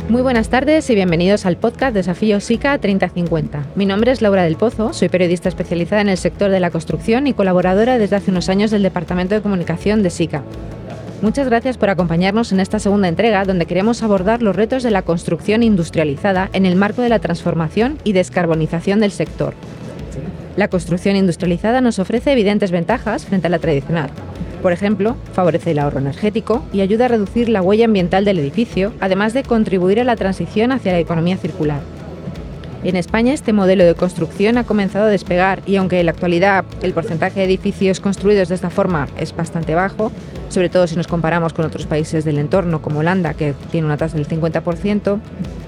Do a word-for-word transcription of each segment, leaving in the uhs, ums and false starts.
Muy buenas tardes y bienvenidos al podcast Desafío SICA treinta cincuenta. Mi nombre es Laura del Pozo, soy periodista especializada en el sector de la construcción y colaboradora desde hace unos años del Departamento de Comunicación de SICA. Muchas gracias por acompañarnos en esta segunda entrega, donde queremos abordar los retos de la construcción industrializada en el marco de la transformación y descarbonización del sector. La construcción industrializada nos ofrece evidentes ventajas frente a la tradicional. Por ejemplo, favorece el ahorro energético y ayuda a reducir la huella ambiental del edificio, además de contribuir a la transición hacia la economía circular. En España este modelo de construcción ha comenzado a despegar y aunque en la actualidad el porcentaje de edificios construidos de esta forma es bastante bajo, sobre todo si nos comparamos con otros países del entorno como Holanda, que tiene una tasa del cincuenta por ciento,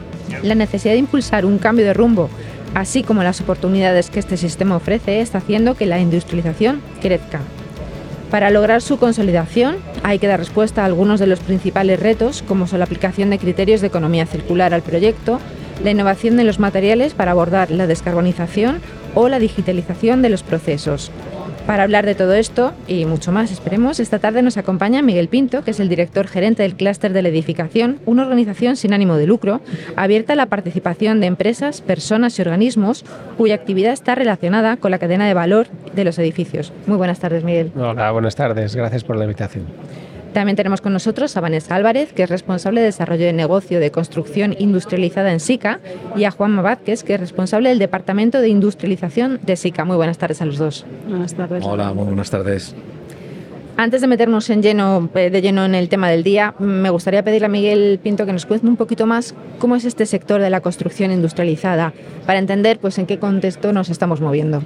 la necesidad de impulsar un cambio de rumbo, así como las oportunidades que este sistema ofrece, está haciendo que la industrialización crezca. Para lograr su consolidación hay que dar respuesta a algunos de los principales retos, como son la aplicación de criterios de economía circular al proyecto, la innovación de los materiales para abordar la descarbonización o la digitalización de los procesos. Para hablar de todo esto y mucho más, esperemos, esta tarde nos acompaña Miguel Pinto, que es el director gerente del Clúster de la Edificación, una organización sin ánimo de lucro, abierta a la participación de empresas, personas y organismos cuya actividad está relacionada con la cadena de valor de los edificios. Muy buenas tardes, Miguel. Hola, buenas tardes. Gracias por la invitación. También tenemos con nosotros a Vanessa Álvarez, que es responsable de desarrollo de negocio de construcción industrializada en SICA, y a Juanma Vázquez, que es responsable del Departamento de Industrialización de SICA. Muy buenas tardes a los dos. Buenas tardes. Hola, muy buenas tardes. Antes de meternos en lleno, de lleno en el tema del día, me gustaría pedirle a Miguel Pinto que nos cuente un poquito más cómo es este sector de la construcción industrializada, para entender pues, en qué contexto nos estamos moviendo.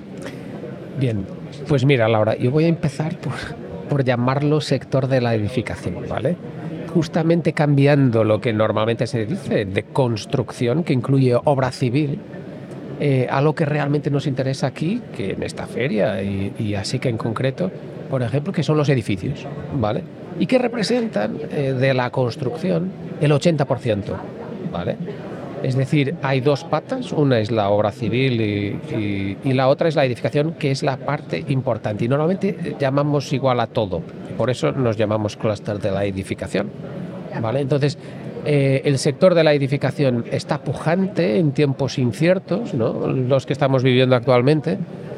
Bien, pues mira, Laura, yo voy a empezar por... por llamarlo sector de la edificación, ¿vale? Justamente cambiando lo que normalmente se dice de construcción, que incluye obra civil, eh, a lo que realmente nos interesa aquí, que en esta feria y, y así que en concreto, por ejemplo, que son los edificios, ¿vale? Y que representan eh, de la construcción el ochenta por ciento, ¿vale? Es decir, hay dos patas, una es la obra civil y, y, y la otra es la edificación, que es la parte importante. Y normalmente llamamos igual a todo, por eso nos llamamos clúster de la edificación, ¿vale? Entonces, eh, el sector de la edificación está pujante en tiempos inciertos, ¿no? Los que estamos viviendo actualmente.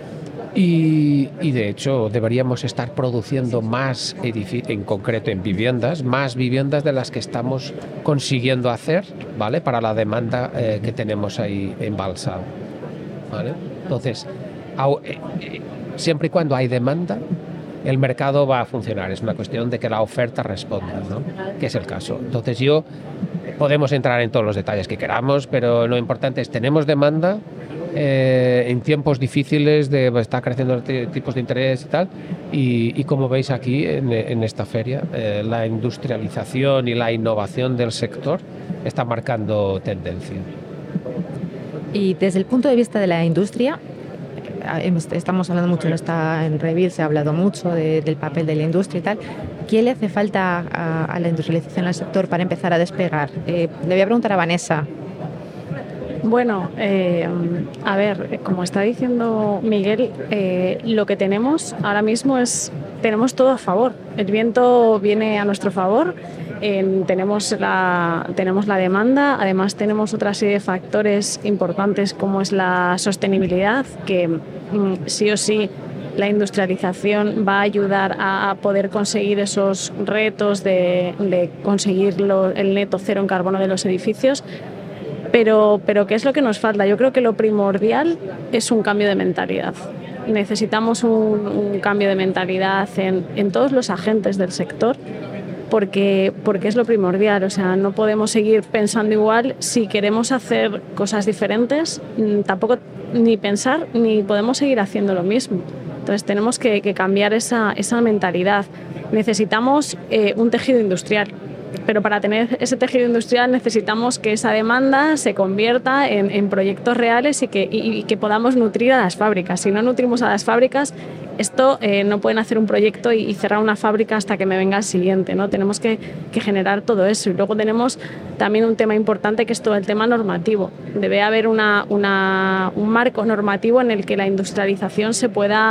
Y, y de hecho deberíamos estar produciendo más, edific- en concreto en viviendas, más viviendas de las que estamos consiguiendo hacer, ¿vale? Para la demanda eh, que tenemos ahí embalsada, ¿vale? Entonces, au, eh, eh, siempre y cuando hay demanda, el mercado va a funcionar. Es una cuestión de que la oferta responda, ¿no? Que es el caso. Entonces yo, podemos entrar en todos los detalles que queramos, pero lo importante es, tenemos demanda, Eh, en tiempos difíciles de está creciendo los t- tipos de interés y tal, y, y como veis aquí en, en esta feria, eh, la industrialización y la innovación del sector está marcando tendencia. Y desde el punto de vista de la industria, estamos hablando mucho en esta en Revil, se ha hablado mucho de, del papel de la industria y tal. ¿Qué le hace falta a, a la industrialización al sector para empezar a despegar? Eh, le voy a preguntar a Vanessa. Bueno, eh, a ver, como está diciendo Miguel, eh, lo que tenemos ahora mismo es, tenemos todo a favor. El viento viene a nuestro favor, eh, tenemos, la, tenemos la demanda, además tenemos otra serie de factores importantes como es la sostenibilidad, que mm, sí o sí la industrialización va a ayudar a, a poder conseguir esos retos de, de conseguir lo, el neto cero en carbono de los edificios. Pero, pero ¿qué es lo que nos falta? Yo creo que lo primordial es un cambio de mentalidad. Necesitamos un, un cambio de mentalidad en, en todos los agentes del sector, porque, porque es lo primordial. O sea, no podemos seguir pensando igual. Si queremos hacer cosas diferentes, tampoco ni pensar ni podemos seguir haciendo lo mismo. Entonces tenemos que, que cambiar esa, esa mentalidad. Necesitamos eh, un tejido industrial. Pero para tener ese tejido industrial necesitamos que esa demanda se convierta en, en proyectos reales y que, y, y que podamos nutrir a las fábricas. Si no nutrimos a las fábricas, esto eh, no pueden hacer un proyecto y, y cerrar una fábrica hasta que me venga el siguiente, ¿no? Tenemos que, que generar todo eso. Y luego tenemos también un tema importante que es todo el tema normativo. Debe haber una, una, un marco normativo en el que la industrialización se pueda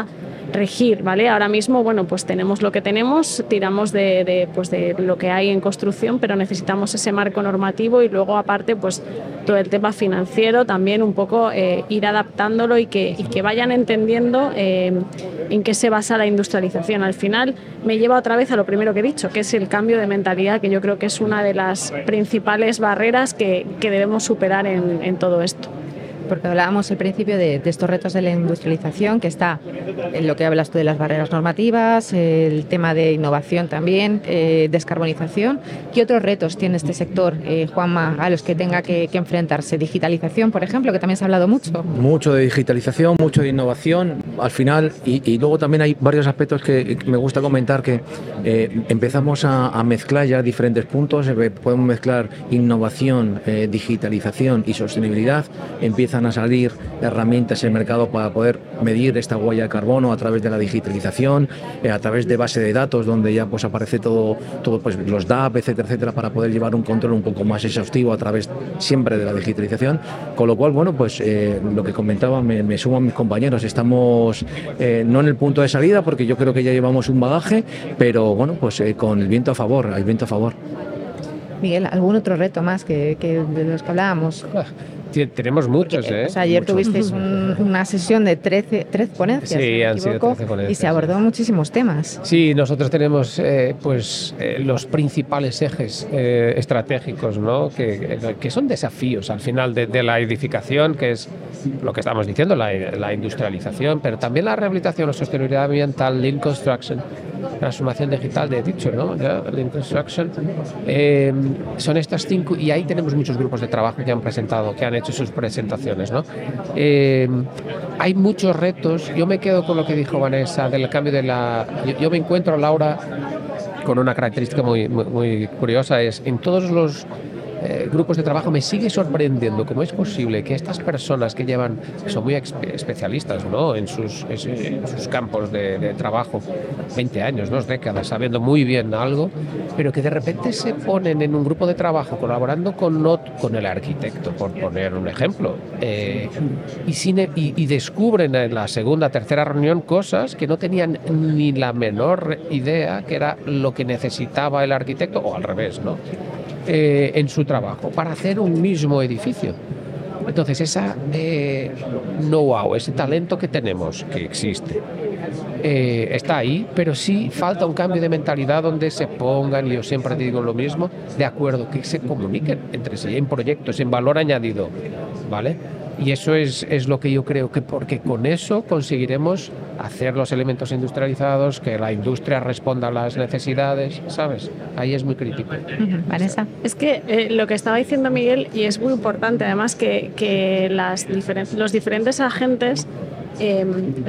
regir, ¿vale? Ahora mismo, bueno, pues tenemos lo que tenemos, tiramos de, de, pues de lo que hay en construcción, pero necesitamos ese marco normativo y luego aparte pues todo el tema financiero también un poco eh, ir adaptándolo y que, y que vayan entendiendo eh, en qué se basa la industrialización. Al final me lleva otra vez a lo primero que he dicho, que es el cambio de mentalidad, que yo creo que es una de las principales barreras que, que debemos superar en, en todo esto. Porque hablábamos al principio de, de estos retos de la industrialización, que está en lo que hablas tú de las barreras normativas, el tema de innovación también, eh, descarbonización. ¿Qué otros retos tiene este sector, eh, Juanma, a los que tenga que, que enfrentarse? Digitalización, por ejemplo, que también se ha hablado mucho. Mucho de digitalización, mucho de innovación, al final, y, y luego también hay varios aspectos que me gusta comentar, que eh, empezamos a, a mezclar ya diferentes puntos, eh, podemos mezclar innovación, eh, digitalización y sostenibilidad, empiezan a salir herramientas en el mercado para poder medir esta huella de carbono a través de la digitalización, eh, a través de base de datos donde ya pues aparece todo, todo pues los D A P, etcétera, etcétera, para poder llevar un control un poco más exhaustivo a través siempre de la digitalización. Con lo cual, bueno, pues eh, lo que comentaba, me, me sumo a mis compañeros, estamos eh, no en el punto de salida porque yo creo que ya llevamos un bagaje, pero bueno, pues eh, con el viento a favor, el viento a favor. Miguel, ¿algún otro reto más que, que de los que hablábamos? Tenemos muchos, Porque, ¿eh? O sea, ayer muchos. tuvisteis un, una sesión de trece, trece ponencias, sí, si no han me sido equivoco, trece ponencias, y se abordó sí. muchísimos temas. Sí, nosotros tenemos eh, pues eh, los principales ejes eh, estratégicos, ¿no? que, que son desafíos al final de, de la edificación, que es lo que estamos diciendo, la, la industrialización, pero también la rehabilitación, la sostenibilidad ambiental, Lean Construction, transformación digital, de dicho, ¿no? Ya, Lean Construction. Eh, son estas cinco, y ahí tenemos muchos grupos de trabajo que han presentado, que han hecho sus presentaciones. ¿No? Eh, hay muchos retos. Yo me quedo con lo que dijo Vanessa del cambio de la... Yo, yo me encuentro, Laura, con una característica muy, muy, muy curiosa, es en todos los eh, grupos de trabajo me sigue sorprendiendo cómo es posible que estas personas que llevan, son muy especialistas, ¿no? en, sus, en sus campos de, de trabajo, veinte años, dos décadas, sabiendo muy bien algo, pero que de repente se ponen en un grupo de trabajo colaborando con, con el arquitecto, por poner un ejemplo, eh, y, sin, y, y descubren en la segunda, tercera reunión cosas que no tenían ni la menor idea que era lo que necesitaba el arquitecto, o al revés, ¿no? Eh, en su trabajo, para hacer un mismo edificio. Entonces, esa eh, know-how, ese talento que tenemos, que existe, eh, está ahí, pero sí falta un cambio de mentalidad donde se pongan, y yo siempre digo lo mismo, de acuerdo, que se comuniquen entre sí, en proyectos, en valor añadido, ¿vale? Y eso es, es lo que yo creo que, porque con eso conseguiremos hacer los elementos industrializados, que la industria responda a las necesidades, ¿sabes? Ahí es muy crítico. Uh-huh. Vanessa. Es que eh, lo que estaba diciendo Miguel, y es muy importante además que, que las diferen- los diferentes agentes Eh,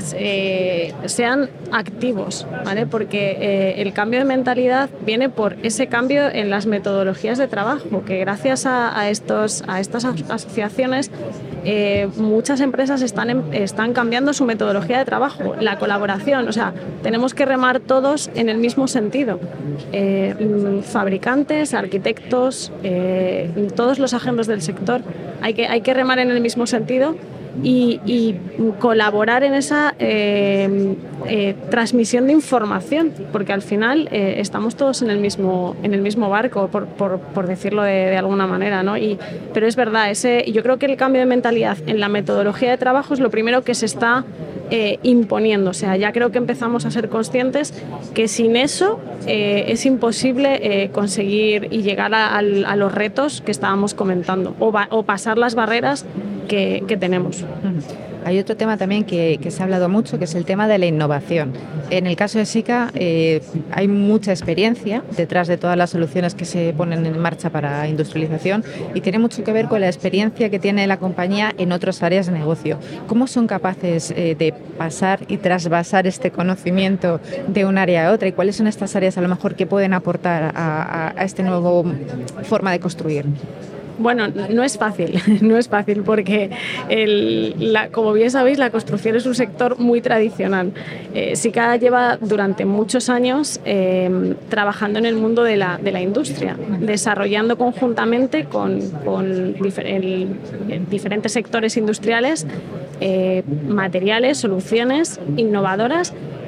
eh, sean activos, ¿vale? Porque eh, el cambio de mentalidad viene por ese cambio en las metodologías de trabajo, que gracias a, a, estos, a estas asociaciones eh, muchas empresas están, en, están cambiando su metodología de trabajo, la colaboración, o sea, tenemos que remar todos en el mismo sentido, eh, fabricantes, arquitectos, eh, todos los agentes del sector, hay que, hay que remar en el mismo sentido. Y, y colaborar en esa eh, eh, transmisión de información, porque al final eh, estamos todos en el mismo en el mismo barco, por, por, por decirlo de, de alguna manera, ¿no? Y, pero es verdad, ese, yo creo que el cambio de mentalidad en la metodología de trabajo es lo primero que se está eh, imponiendo. O sea, ya creo que empezamos a ser conscientes que sin eso eh, es imposible eh, conseguir y llegar a, a, a los retos que estábamos comentando, o, va, o pasar las barreras que, que tenemos. Uh-huh. Hay otro tema también que, que se ha hablado mucho, que es el tema de la innovación. En el caso de SICA eh, hay mucha experiencia detrás de todas las soluciones que se ponen en marcha para industrialización, y tiene mucho que ver con la experiencia que tiene la compañía en otras áreas de negocio. ¿Cómo son capaces eh, de pasar y trasvasar este conocimiento de un área a otra, y cuáles son estas áreas a lo mejor que pueden aportar a, a, a esta nueva forma de construir? Bueno, no es fácil, no es fácil porque, el, la, como bien sabéis, la construcción es un sector muy tradicional. Eh, SICA lleva durante muchos años eh, trabajando en el mundo de la, de la industria, desarrollando conjuntamente con, con difer, el, diferentes sectores industriales eh, materiales, soluciones innovadoras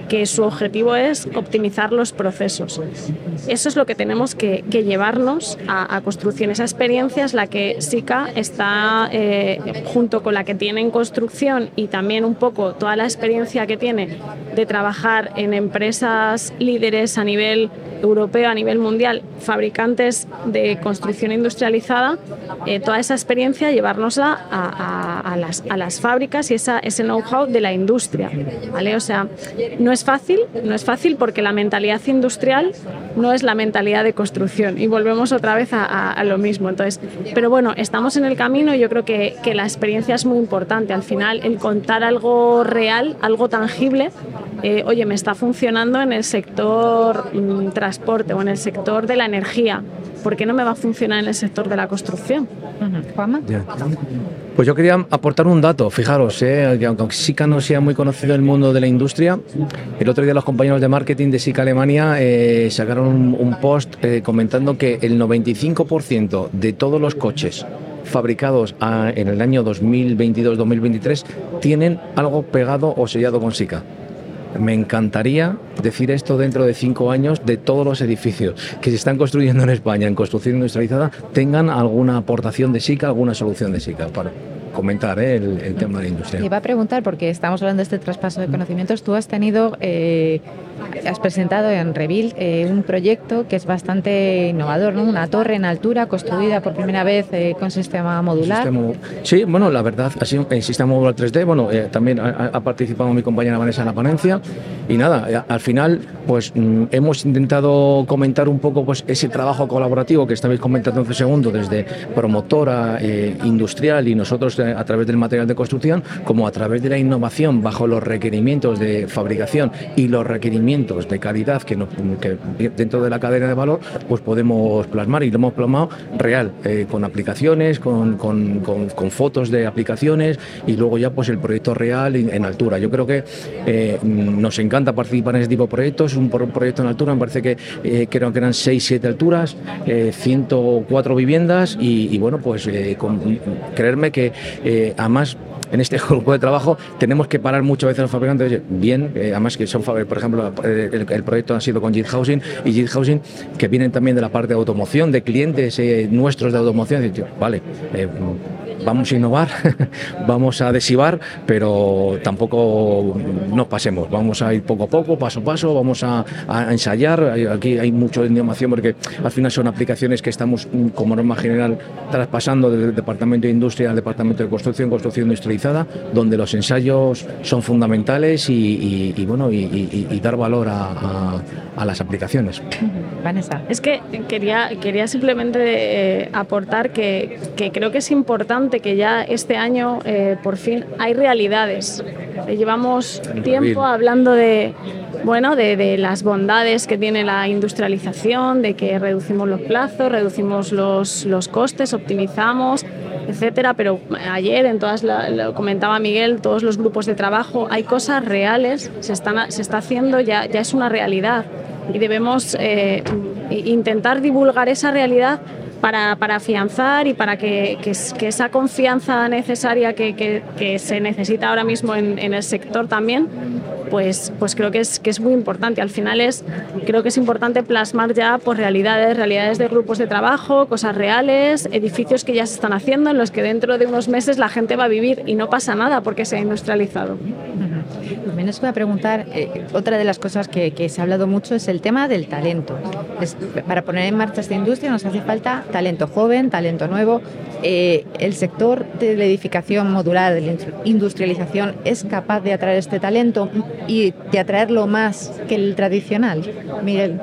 que su objetivo es optimizar los procesos. Eso es lo que tenemos que, que llevarnos a, a construcción. Esa experiencia es la que SICA está, eh, junto con la que tiene en construcción y también un poco toda la experiencia que tiene de trabajar en empresas líderes a nivel europeo, a nivel mundial, fabricantes de construcción industrializada, eh, toda esa experiencia llevárnosla a, a, a, las, a las fábricas y esa, ese know-how de la industria, ¿vale? O sea, no es fácil, no es fácil porque la mentalidad industrial no es la mentalidad de construcción y volvemos otra vez a, a, a lo mismo. Entonces, pero bueno, estamos en el camino y yo creo que, que la experiencia es muy importante. Al final, el contar algo real, algo tangible, eh, oye, me está funcionando en el sector mmm, transporte o en el sector de la energía, ¿por qué no me va a funcionar en el sector de la construcción? Uh-huh. ¿Juanma? Yeah. Pues yo quería aportar un dato, fijaros, eh, que aunque SICA no sea muy conocido en el mundo de la industria, el otro día los compañeros de marketing de SICA Alemania eh, sacaron un, un post eh, comentando que el noventa y cinco por ciento de todos los coches fabricados a, en el año dos mil veintidós dos mil veintitrés tienen algo pegado o sellado con SICA. Me encantaría decir esto dentro de cinco años de todos los edificios que se están construyendo en España en construcción industrializada tengan alguna aportación de SICA, alguna solución de SICA para comentar eh, el, el tema de la industria. Te iba a preguntar, porque estamos hablando de este traspaso de conocimientos, tú has tenido, eh, has presentado en Revil eh, un proyecto que es bastante innovador, ¿no? Una torre en altura construida por primera vez eh, con sistema modular. Sistema, sí, bueno, la verdad, ha sido en sistema modular tres D, bueno, eh, también ha, ha participado mi compañera Vanessa en la ponencia y nada, eh, al final pues mm, hemos intentado comentar un poco pues ese trabajo colaborativo que estabais comentando hace un segundo, desde promotora, eh, industrial y nosotros a través del material de construcción, como a través de la innovación bajo los requerimientos de fabricación y los requerimientos de calidad que, no, que dentro de la cadena de valor pues podemos plasmar, y lo hemos plasmado real, eh, con aplicaciones, con, con, con, con fotos de aplicaciones y luego ya pues el proyecto real en altura. Yo creo que eh, nos encanta participar en ese tipo de proyectos. Un proyecto en altura, me parece que eh, creo que eran seis siete alturas, eh, ciento cuatro viviendas y, y bueno, pues eh, con, creerme que Eh, además, en este grupo de trabajo tenemos que parar muchas veces los fabricantes, bien, eh, además que son, por ejemplo, el, el proyecto ha sido con JIT Housing y JIT Housing, que vienen también de la parte de automoción, de clientes eh, nuestros de automoción, y, tío, vale, eh, vamos a innovar, vamos a adhesivar, pero tampoco nos pasemos, vamos a ir poco a poco, paso a paso, vamos a, a ensayar. Aquí hay mucho de innovación porque al final son aplicaciones que estamos como norma general traspasando del departamento de industria al departamento de construcción, construcción industrializada, donde los ensayos son fundamentales y, y, y bueno y, y, y dar valor a, a, a las aplicaciones. Vanessa. Es que quería, quería simplemente eh, aportar que, que creo que es importante que ya este año eh, por fin hay realidades. Llevamos tiempo hablando de, bueno, de, de las bondades que tiene la industrialización, de que reducimos los plazos, reducimos los, los costes, optimizamos, etcétera, pero ayer en todas la, lo comentaba Miguel, todos los grupos de trabajo, hay cosas reales, se están se está haciendo, ya, ya es una realidad y debemos eh, intentar divulgar esa realidad para, para afianzar y para que, que, que esa confianza necesaria que, que, que se necesita ahora mismo en, en el sector también, pues, pues creo que es, que es muy importante. Al final es, creo que es importante plasmar ya pues, realidades, realidades de grupos de trabajo, cosas reales, edificios que ya se están haciendo, en los que dentro de unos meses la gente va a vivir y no pasa nada porque se ha industrializado. También os voy a preguntar, eh, otra de las cosas que, que se ha hablado mucho es el tema del talento. Es, para poner en marcha esta industria nos hace falta talento joven, talento nuevo. Eh, ¿El sector de la edificación modular, de la industrialización, es capaz de atraer este talento y de atraerlo más que el tradicional? Miguel.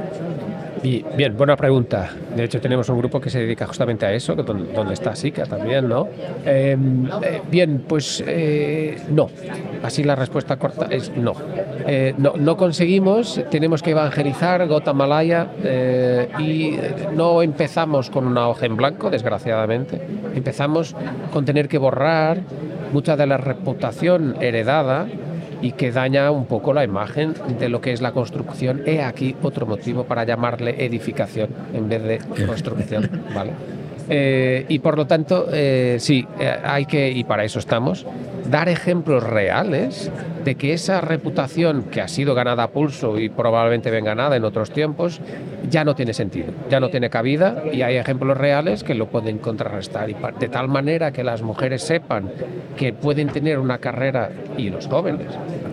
Bien, buena pregunta. De hecho, tenemos un grupo que se dedica justamente a eso, donde está SICA también, ¿no? Eh, eh, bien, pues eh, no. Así la respuesta corta es no. Eh, no. No conseguimos, tenemos que evangelizar Gota Malaya eh, y no empezamos con una hoja en blanco, desgraciadamente. Empezamos con tener que borrar mucha de la reputación heredada y que daña un poco la imagen de lo que es la construcción. He aquí otro motivo para llamarle edificación en vez de construcción, ¿vale? Eh, y por lo tanto, eh, sí, eh, hay que, y para eso estamos, dar ejemplos reales de que esa reputación que ha sido ganada a pulso y probablemente bien ganada en otros tiempos, ya no tiene sentido, ya no tiene cabida, y hay ejemplos reales que lo pueden contrarrestar, y de tal manera que las mujeres sepan que pueden tener una carrera, y los jóvenes,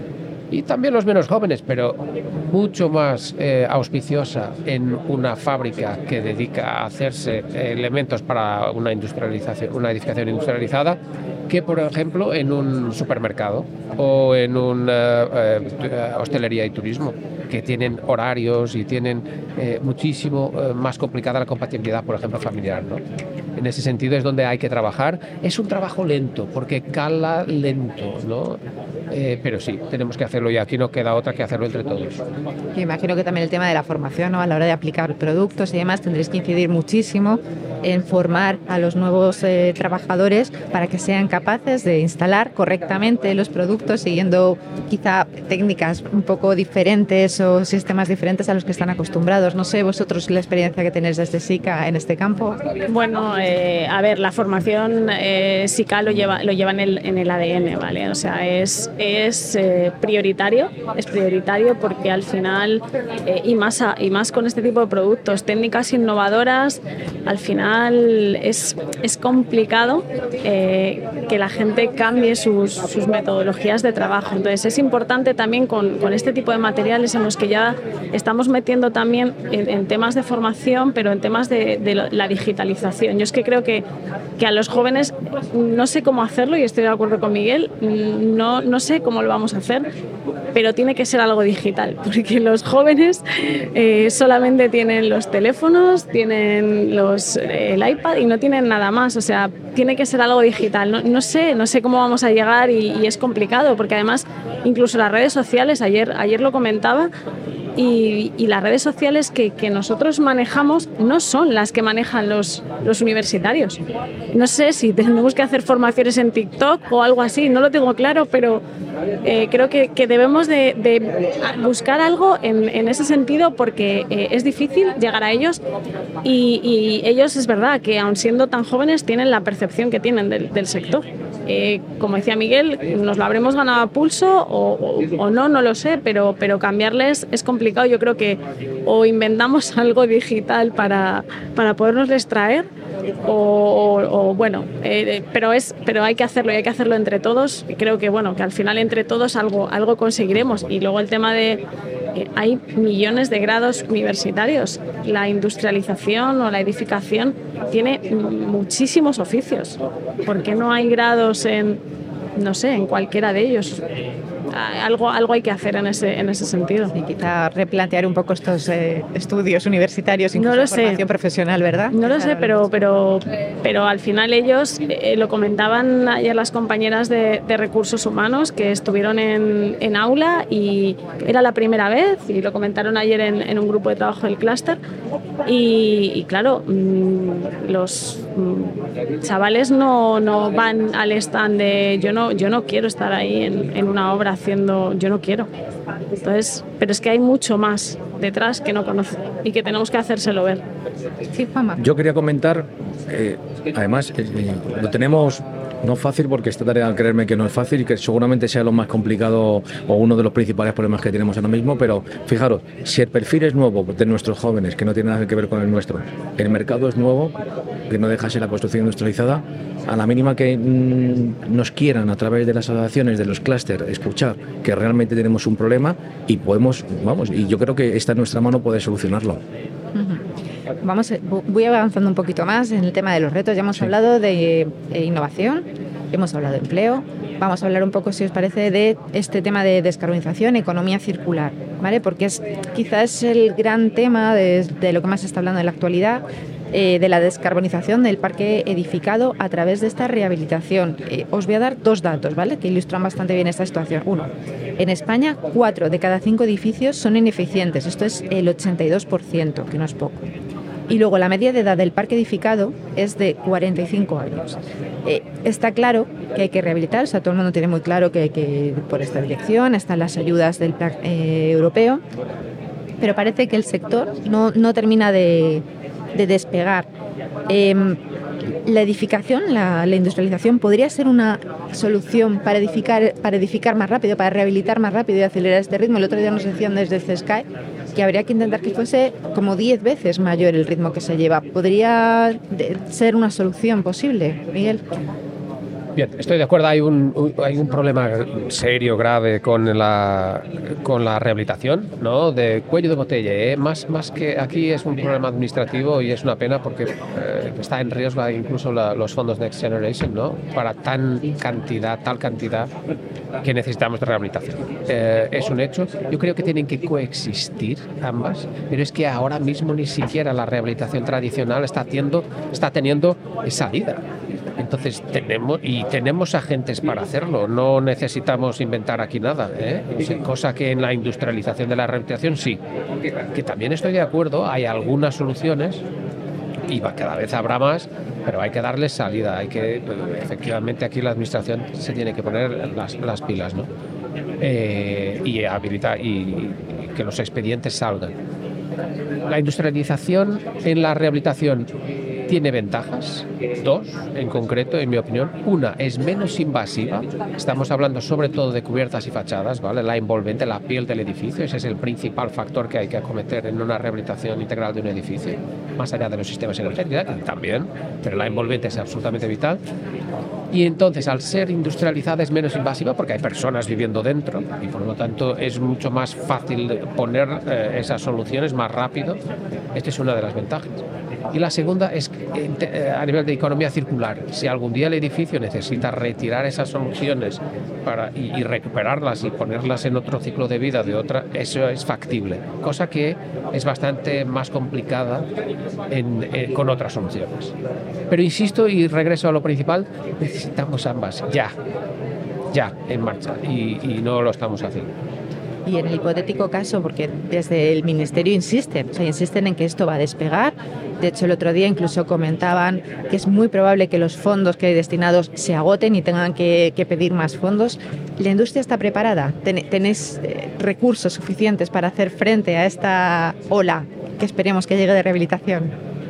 y también los menos jóvenes, pero mucho más eh, auspiciosa en una fábrica que dedica a hacerse eh, elementos para una industrialización, una edificación industrializada, que por ejemplo en un supermercado o en una eh, eh, hostelería y turismo, que tienen horarios y tienen eh, muchísimo eh, más complicada la compatibilidad, por ejemplo, familiar, ¿no? En ese sentido es donde hay que trabajar. Es un trabajo lento, porque cala lento, ¿no? Eh, pero sí, tenemos que hacerlo, y aquí no queda otra que hacerlo entre todos. Yo imagino que también el tema de la formación, ¿no? A la hora de aplicar productos y demás, tendréis que incidir muchísimo en formar a los nuevos eh, trabajadores para que sean capaces de instalar correctamente los productos siguiendo quizá técnicas un poco diferentes o sistemas diferentes a los que están acostumbrados. No sé, vosotros la experiencia que tenéis desde SICA en este campo. Bueno, eh, a ver, la formación eh, SICA lo lleva, lo lleva en el, en el A D N, ¿vale? O sea, es, es eh, prioritario, es prioritario porque al final, eh, y, más a, y más con este tipo de productos, técnicas innovadoras, al final es, es complicado eh, que la gente cambie sus, sus metodologías de trabajo. Entonces es importante también con, con este tipo de materiales en los que ya estamos metiendo también en, en temas de formación, pero en temas de, de la digitalización. Yo es que creo que, que a los jóvenes no sé cómo hacerlo, y estoy de acuerdo con Miguel, no, no sé cómo lo vamos a hacer, pero tiene que ser algo digital, porque los jóvenes eh, solamente tienen los teléfonos, tienen los, eh, el iPad y no tienen nada más. O sea, tiene que ser algo digital. No, no sé, no sé cómo vamos a llegar, y, y es complicado, porque además incluso las redes sociales, ayer, ayer lo comentaba, Y, y las redes sociales que, que nosotros manejamos no son las que manejan los, los universitarios. No sé si tenemos que hacer formaciones en TikTok o algo así, no lo tengo claro, pero eh, creo que, que debemos de, de buscar algo en, en ese sentido, porque eh, es difícil llegar a ellos, y, y ellos es verdad que aun siendo tan jóvenes tienen la percepción que tienen del, del sector. Eh, como decía Miguel, nos lo habremos ganado a pulso o, o, o no, no lo sé, pero, pero cambiarles es complicado. Yo creo que o inventamos algo digital para, para podernosles traer, o, o, o bueno, eh, pero, es, pero hay que hacerlo, y hay que hacerlo entre todos, y creo que, bueno, que al final entre todos algo, algo conseguiremos. Y luego el tema de... Eh, hay millones de grados universitarios. La industrialización o la edificación tiene muchísimos oficios. ¿Por qué no hay grados en, no sé, en cualquiera de ellos? Algo, algo hay que hacer en ese, en ese sentido. Y quizá replantear un poco estos eh, estudios universitarios, incluso no lo formación sé. profesional, ¿verdad? No lo sé, pero, pero, pero al final ellos, eh, lo comentaban ayer las compañeras de, de recursos humanos que estuvieron en, en aula, y era la primera vez, y lo comentaron ayer en, en un grupo de trabajo del clúster, y, y claro, mmm, los mmm, chavales no, no van al stand de yo no, yo no quiero estar ahí en, en una obra haciendo, yo no quiero. Entonces, pero es que hay mucho más detrás que no conocen y que tenemos que hacérselo ver. Sí, Juanma. Yo quería comentar, eh, además, eh, lo tenemos no fácil, porque esta tarea, creerme que no es fácil, y que seguramente sea lo más complicado o uno de los principales problemas que tenemos ahora mismo, pero fijaros, si el perfil es nuevo de nuestros jóvenes, que no tiene nada que ver con el nuestro, el mercado es nuevo, que no deja de ser la construcción industrializada, a la mínima que mmm, nos quieran a través de las asociaciones, de los clústeres, escuchar que realmente tenemos un problema y podemos, vamos, y yo creo que está en nuestra mano poder solucionarlo. Uh-huh. Vamos, voy avanzando un poquito más en el tema de los retos. Ya hemos sí. hablado de eh, innovación, hemos hablado de empleo. Vamos a hablar un poco, si os parece, de este tema de descarbonización, economía circular, ¿vale? Porque es quizás el gran tema de, de lo que más se está hablando en la actualidad, eh, de la descarbonización del parque edificado a través de esta rehabilitación. Eh, os voy a dar dos datos, ¿vale?, que ilustran bastante bien esta situación. Uno, en España, cuatro de cada cinco edificios son ineficientes. Esto es el ochenta y dos por ciento, que no es poco. Y luego la media de edad del parque edificado es de cuarenta y cinco años. Eh, está claro que hay que rehabilitar, o sea, todo el mundo tiene muy claro que, que por esta dirección están las ayudas del plan eh, europeo, pero parece que el sector no, no termina de, de despegar. Eh, La edificación, la, la industrialización, ¿podría ser una solución para edificar, para edificar más rápido, para rehabilitar más rápido y acelerar este ritmo? El otro día nos decían desde el CESCAE que habría que intentar que fuese como diez veces mayor el ritmo que se lleva. ¿Podría ser una solución posible, Miguel? Bien, estoy de acuerdo. Hay un, hay un problema serio, grave con la, con la rehabilitación, ¿no? De cuello de botella. ¿eh? Más, más que aquí es un problema administrativo y es una pena porque eh, está en riesgo incluso la, los fondos Next Generation, ¿no? Para tan cantidad, tal cantidad que necesitamos de rehabilitación. Eh, es un hecho. Yo creo que tienen que coexistir ambas, pero es que ahora mismo ni siquiera la rehabilitación tradicional está teniendo, está teniendo salida. Entonces tenemos y tenemos agentes para hacerlo, no necesitamos inventar aquí nada, ¿eh? Cosa que en la industrialización de la rehabilitación sí, que también estoy de acuerdo, hay algunas soluciones y cada vez habrá más, pero hay que darles salida, hay que, efectivamente aquí la administración se tiene que poner las, las pilas, ¿no? Eh, y habilitar y, y que los expedientes salgan. La industrialización en la rehabilitación tiene ventajas, dos en concreto, en mi opinión. Una, es menos invasiva. Estamos hablando sobre todo de cubiertas y fachadas, ¿vale? La envolvente, la piel del edificio, ese es el principal factor que hay que acometer en una rehabilitación integral de un edificio, más allá de los sistemas energéticos también, pero la envolvente es absolutamente vital. Y entonces, al ser industrializada, es menos invasiva porque hay personas viviendo dentro y por lo tanto es mucho más fácil poner eh, esas soluciones más rápido. Esta es una de las ventajas. Y la segunda es eh, a nivel de economía circular. Si algún día el edificio necesita retirar esas soluciones para, y, y recuperarlas y ponerlas en otro ciclo de vida de otra, eso es factible, cosa que es bastante más complicada en, eh, con otras soluciones. Pero insisto y regreso a lo principal, necesitamos ambas, ya, ya, en marcha, y, y no lo estamos haciendo. Y en el hipotético caso, porque desde el Ministerio insisten, o sea, insisten en que esto va a despegar. De hecho, el otro día incluso comentaban que es muy probable que los fondos que hay destinados se agoten y tengan que, que pedir más fondos. ¿La industria está preparada? ¿Tenéis eh, recursos suficientes para hacer frente a esta ola que esperemos que llegue de rehabilitación?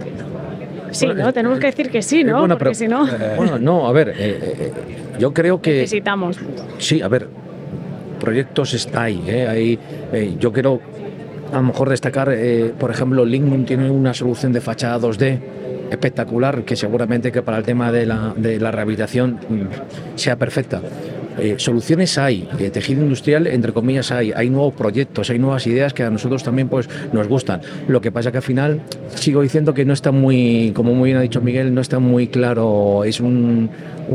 Sí, ¿no? Tenemos que decir que sí, ¿no? Bueno, porque pero, si no... Bueno, no, a ver, eh, eh, yo creo que... Necesitamos. Sí, a ver, proyectos está ahí, ¿eh? Ahí, eh, yo quiero a lo mejor destacar, eh, por ejemplo, Lignum tiene una solución de fachada dos D espectacular que seguramente que para el tema de la, de la rehabilitación mmm, sea perfecta. Eh, soluciones hay, eh, tejido industrial entre comillas hay, hay nuevos proyectos, hay nuevas ideas que a nosotros también pues nos gustan. Lo que pasa que al final sigo diciendo que no está muy, como muy bien ha dicho Miguel, no está muy claro, es un,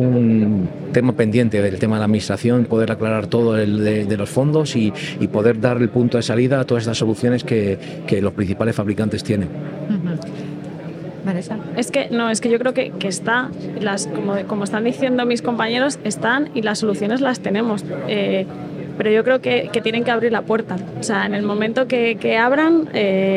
un tema pendiente del tema de la administración, poder aclarar todo el de, de los fondos y, y poder dar el punto de salida a todas estas soluciones que, que los principales fabricantes tienen. Uh-huh. Vanessa. Es que no, es que yo creo que, que está, las, como, como están diciendo mis compañeros, están y las soluciones las tenemos. Eh, pero yo creo que, que tienen que abrir la puerta. O sea, en el momento que, que abran,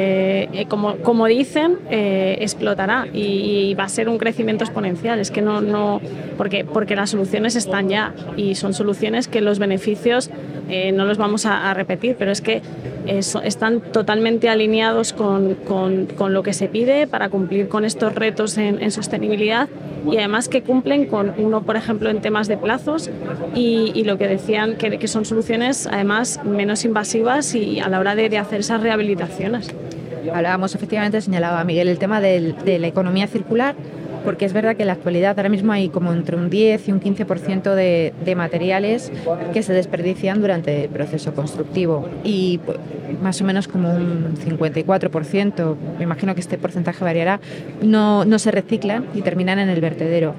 eh, como, como dicen, eh, explotará y, y va a ser un crecimiento exponencial. Es que no, no, porque, porque las soluciones están ya y son soluciones que los beneficios eh, no los vamos a, a repetir, pero es que eso, están totalmente alineados con, con, con lo que se pide para cumplir con estos retos en, en sostenibilidad y además que cumplen con uno, por ejemplo, en temas de plazos y, y lo que decían que, que son soluciones además menos invasivas y a la hora de, de hacer esas rehabilitaciones. Hablábamos, efectivamente, señalaba Miguel, el tema del, de la economía circular, porque es verdad que en la actualidad ahora mismo hay como entre un diez y un quince por ciento de, de materiales que se desperdician durante el proceso constructivo y pues, más o menos como un cincuenta y cuatro por ciento, me imagino que este porcentaje variará, no, no se reciclan y terminan en el vertedero.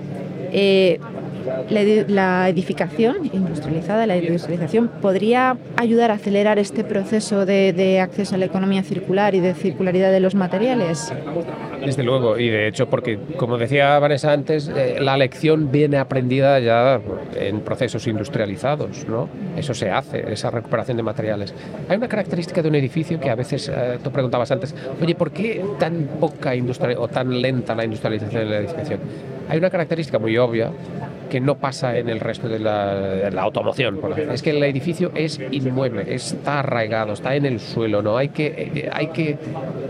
Eh, La, la edificación industrializada, la industrialización, ¿podría ayudar a acelerar este proceso de, de acceso a la economía circular y de circularidad de los materiales? Desde luego, y de hecho, porque como decía Vanessa antes, eh, la lección viene aprendida ya en procesos industrializados, ¿no? Eso se hace, esa recuperación de materiales. Hay una característica de un edificio que a veces, eh, tú preguntabas antes, oye, ¿por qué tan poca industria o tan lenta la industrialización de la edificación? Hay una característica muy obvia, que no pasa en el resto de la, de la automoción. Es que el edificio es inmueble, está arraigado, está en el suelo, ¿no? Hay que, hay que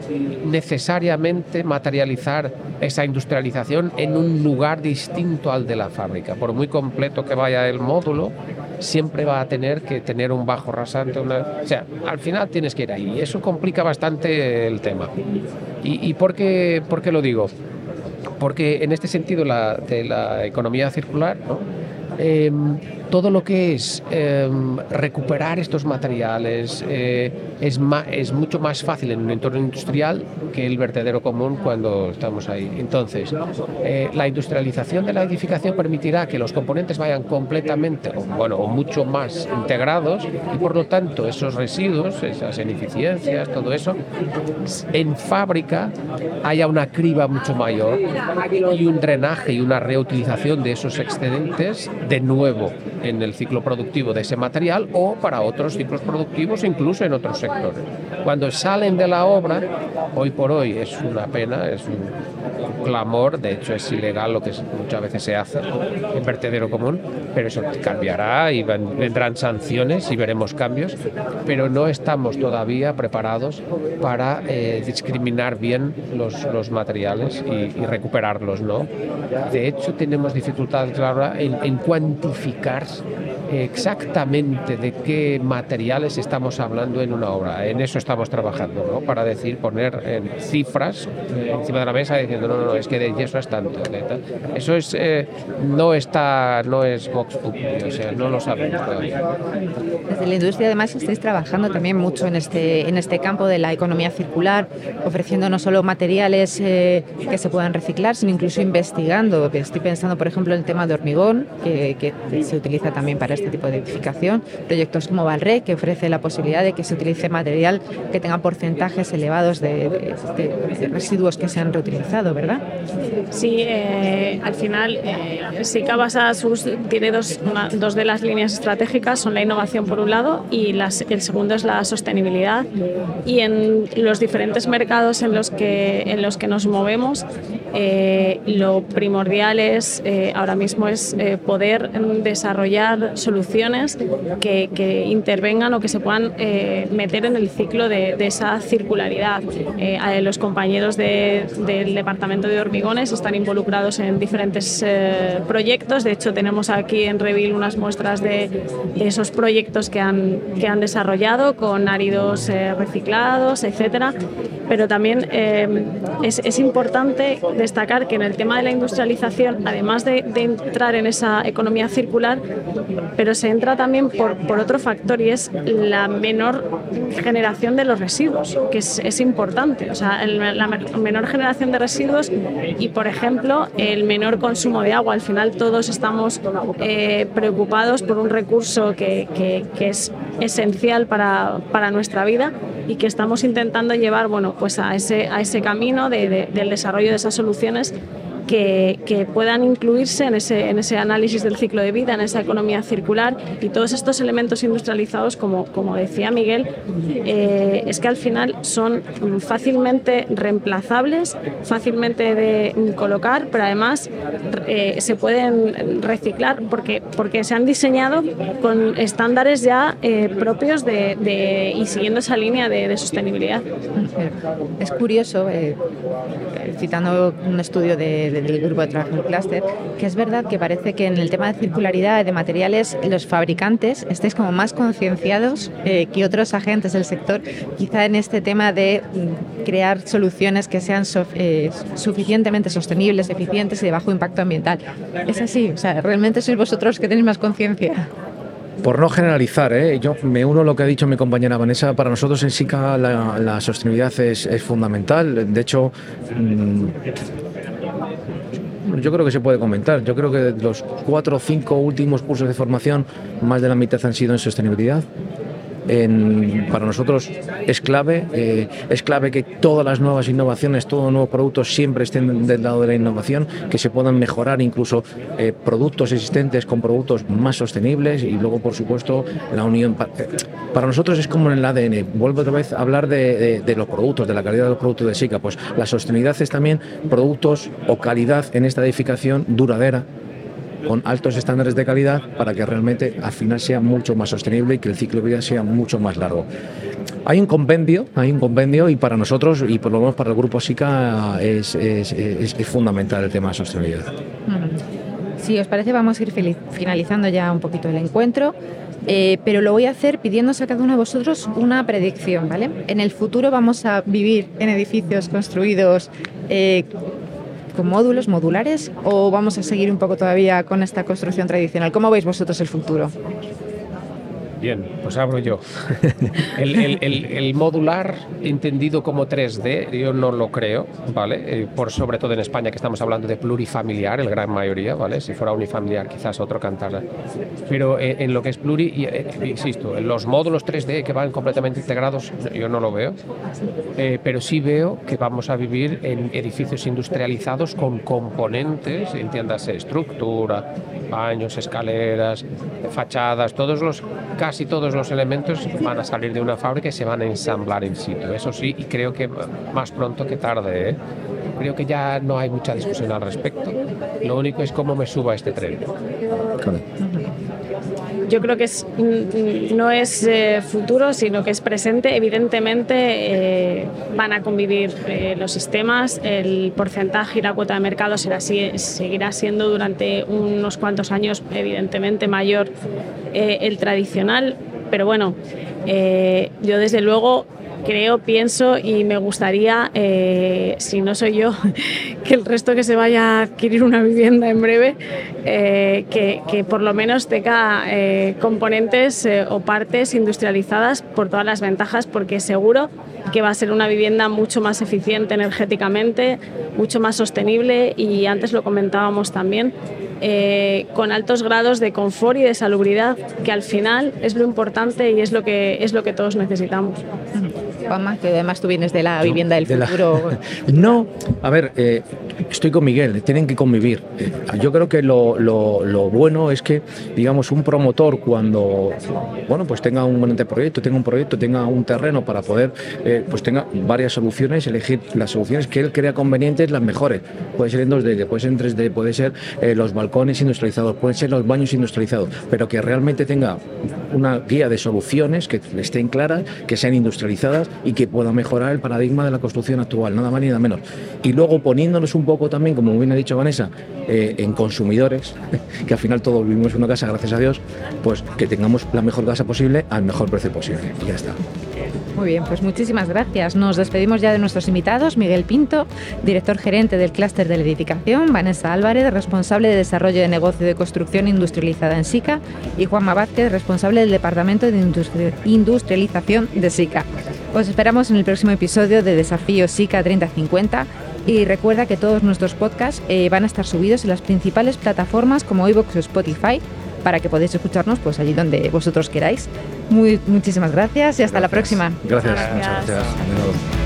necesariamente materializar esa industrialización en un lugar distinto al de la fábrica. Por muy completo que vaya el módulo, siempre va a tener que tener un bajo rasante, una, o sea, al final tienes que ir ahí, y eso complica bastante el tema. ¿Y, y por qué, por qué lo digo? Porque en este sentido la, de la economía circular, ¿no? eh, todo lo que es eh, recuperar estos materiales eh, es, ma- es mucho más fácil en un entorno industrial que el vertedero común cuando estamos ahí. Entonces, eh, la industrialización de la edificación permitirá que los componentes vayan completamente, o, bueno, o mucho más integrados, y por lo tanto esos residuos, esas ineficiencias, todo eso, en fábrica haya una criba mucho mayor y un drenaje y una reutilización de esos excedentes de nuevo en el ciclo productivo de ese material o para otros ciclos productivos, incluso en otros sectores. Cuando salen de la obra, hoy por hoy es una pena, es un clamor, de hecho es ilegal lo que muchas veces se hace en vertedero común, pero eso cambiará y vendrán sanciones y veremos cambios, pero no estamos todavía preparados para eh, discriminar bien los, los materiales y, y recuperarlos, ¿no? De hecho, tenemos dificultades ahora en, en cuantificar exactamente de qué materiales estamos hablando en una obra. En eso estamos trabajando, ¿no? Para decir, poner eh, cifras eh, encima de la mesa diciendo, no, no, no, es que de yeso es tanto. De tal. Eso es, eh, no está, no es vox populi, o sea, no lo sabemos todavía. Desde la industria, además, estáis trabajando también mucho en este, en este campo de la economía circular, ofreciendo no solo materiales eh, que se puedan reciclar, sino incluso investigando. Estoy pensando, por ejemplo, en el tema de hormigón, que, que se utiliza también para este tipo de edificación. Proyectos como Valrec, que ofrece la posibilidad de que se utilice material que tenga porcentajes elevados de, de, de, de residuos que se han reutilizado, ¿verdad? Sí, eh, al final eh, SICA basa sus, tiene dos, una, dos de las líneas estratégicas, son la innovación por un lado y las, el segundo es la sostenibilidad, y en los diferentes mercados en los que, en los que nos movemos, eh, lo primordial es eh, ahora mismo es eh, poder desarrollar soluciones que, que intervengan o que se puedan eh, meter en el ciclo de, de esa circularidad. Eh, los compañeros de, del departamento de hormigones están involucrados en diferentes eh, proyectos. De hecho, tenemos aquí en Revil unas muestras de, de esos proyectos que han, que han desarrollado con áridos eh, reciclados, etcétera. Pero también eh, es, es importante destacar que en el tema de la industrialización, además de, de entrar en esa economía circular, pero se entra también por, por otro factor, y es la menor generación de los residuos, que es, es importante. O sea, el, la menor generación de residuos y, por ejemplo, el menor consumo de agua. Al final todos estamos eh, preocupados por un recurso que, que, que es esencial para, para nuestra vida y que estamos intentando llevar, bueno, pues a ese, a ese camino de, de, del desarrollo de esas soluciones que, que puedan incluirse en ese, en ese análisis del ciclo de vida, en esa economía circular, y todos estos elementos industrializados, como, como decía Miguel, eh, es que al final son fácilmente reemplazables, fácilmente de colocar, pero además eh, se pueden reciclar porque, porque se han diseñado con estándares ya eh, propios de, de, y siguiendo esa línea de, de sostenibilidad. Es curioso, eh, citando un estudio de, de del grupo de trabajo del clúster, que es verdad que parece que en el tema de circularidad de materiales los fabricantes estáis como más concienciados eh, que otros agentes del sector, quizá en este tema de mm, crear soluciones que sean so, eh, suficientemente sostenibles, eficientes y de bajo impacto ambiental. Es así, o sea, realmente sois vosotros que tenéis más conciencia. Por no generalizar, ¿eh? Yo me uno a lo que ha dicho mi compañera Vanessa. Para nosotros en SICA la, la sostenibilidad es, es fundamental. De hecho, mmm, yo creo que se puede comentar. Yo creo que de los cuatro o cinco últimos cursos de formación, más de la mitad han sido en sostenibilidad. En, para nosotros es clave, eh, es clave que todas las nuevas innovaciones, todos los nuevos productos siempre estén del lado de la innovación, que se puedan mejorar incluso eh, productos existentes con productos más sostenibles, y luego, por supuesto, la unión. Para, eh, para nosotros es como en el A D N. Vuelvo otra vez a hablar de, de, de los productos, de la calidad de los productos de SICA. Pues la sostenibilidad es también productos o calidad en esta edificación duradera, con altos estándares de calidad para que realmente al final sea mucho más sostenible y que el ciclo de vida sea mucho más largo. Hay un compendio, hay un compendio y para nosotros y por lo menos para el grupo SICA es, es, es, es fundamental el tema de sostenibilidad. Si os parece, vamos a ir finalizando ya un poquito el encuentro, eh, pero lo voy a hacer pidiéndose a cada uno de vosotros una predicción, ¿vale? En el futuro vamos a vivir en edificios construidos eh, con módulos modulares o vamos a seguir un poco todavía con esta construcción tradicional. ¿Cómo veis vosotros el futuro? Bien, pues abro yo. El, el, el, el modular entendido como tres D, yo no lo creo, ¿vale? Eh, por sobre todo en España, que estamos hablando de plurifamiliar, el gran mayoría, ¿vale? Si fuera unifamiliar, quizás otro cantar. Pero eh, en lo que es pluri, y, eh, insisto, en los módulos tres D que van completamente integrados, yo no lo veo. Eh, pero sí veo que vamos a vivir en edificios industrializados con componentes, entiéndase, estructura, baños, escaleras, fachadas, todos los casi todos los elementos van a salir de una fábrica y se van a ensamblar in situ. Eso sí, y creo que más pronto que tarde, ¿eh? Creo que ya no hay mucha discusión al respecto. Lo único es cómo me subo a este tren. Yo creo que es, no es eh, futuro, sino que es presente. Evidentemente eh, van a convivir eh, los sistemas, el porcentaje y la cuota de mercado será, seguirá siendo durante unos cuantos años evidentemente mayor eh, el tradicional, pero bueno, eh, yo desde luego creo, pienso y me gustaría, eh, si no soy yo, que el resto que se vaya a adquirir una vivienda en breve, eh, que, que por lo menos tenga eh, componentes eh, o partes industrializadas por todas las ventajas, porque seguro que va a ser una vivienda mucho más eficiente energéticamente, mucho más sostenible y antes lo comentábamos también, eh, con altos grados de confort y de salubridad, que al final es lo importante y es lo que, es lo que todos necesitamos. Juanma, que además tú vienes de la vivienda del de futuro. La... No, a ver, eh, estoy con Miguel, tienen que convivir. Eh, yo creo que lo, lo, lo bueno es que, digamos, un promotor cuando, bueno, pues tenga un buen proyecto, tenga un proyecto, tenga un terreno para poder, eh, pues tenga varias soluciones, elegir las soluciones que él crea convenientes, las mejores. Puede ser en dos D, puede ser en tres D, puede ser eh, los balcones industrializados, pueden ser los baños industrializados, pero que realmente tenga una guía de soluciones que estén claras, que sean industrializadas y que pueda mejorar el paradigma de la construcción actual, nada más ni nada menos. Y luego poniéndonos un poco también, como bien ha dicho Vanessa, eh, en consumidores, que al final todos vivimos en una casa, gracias a Dios, pues que tengamos la mejor casa posible al mejor precio posible. Y ya está. Muy bien, pues muchísimas gracias. Nos despedimos ya de nuestros invitados. Miguel Pinto, director gerente del clúster de la edificación, Vanessa Álvarez, responsable de desarrollo de negocio de construcción industrializada en SICA, y Juanma Vázquez, responsable del departamento de industri- industrialización de SICA. Os esperamos en el próximo episodio de Desafío SICA treinta cincuenta y recuerda que todos nuestros podcasts eh, van a estar subidos en las principales plataformas como iVoox o Spotify, para que podáis escucharnos pues allí donde vosotros queráis. Muy, muchísimas gracias y hasta gracias. la próxima. Gracias. Gracias. Muchas gracias.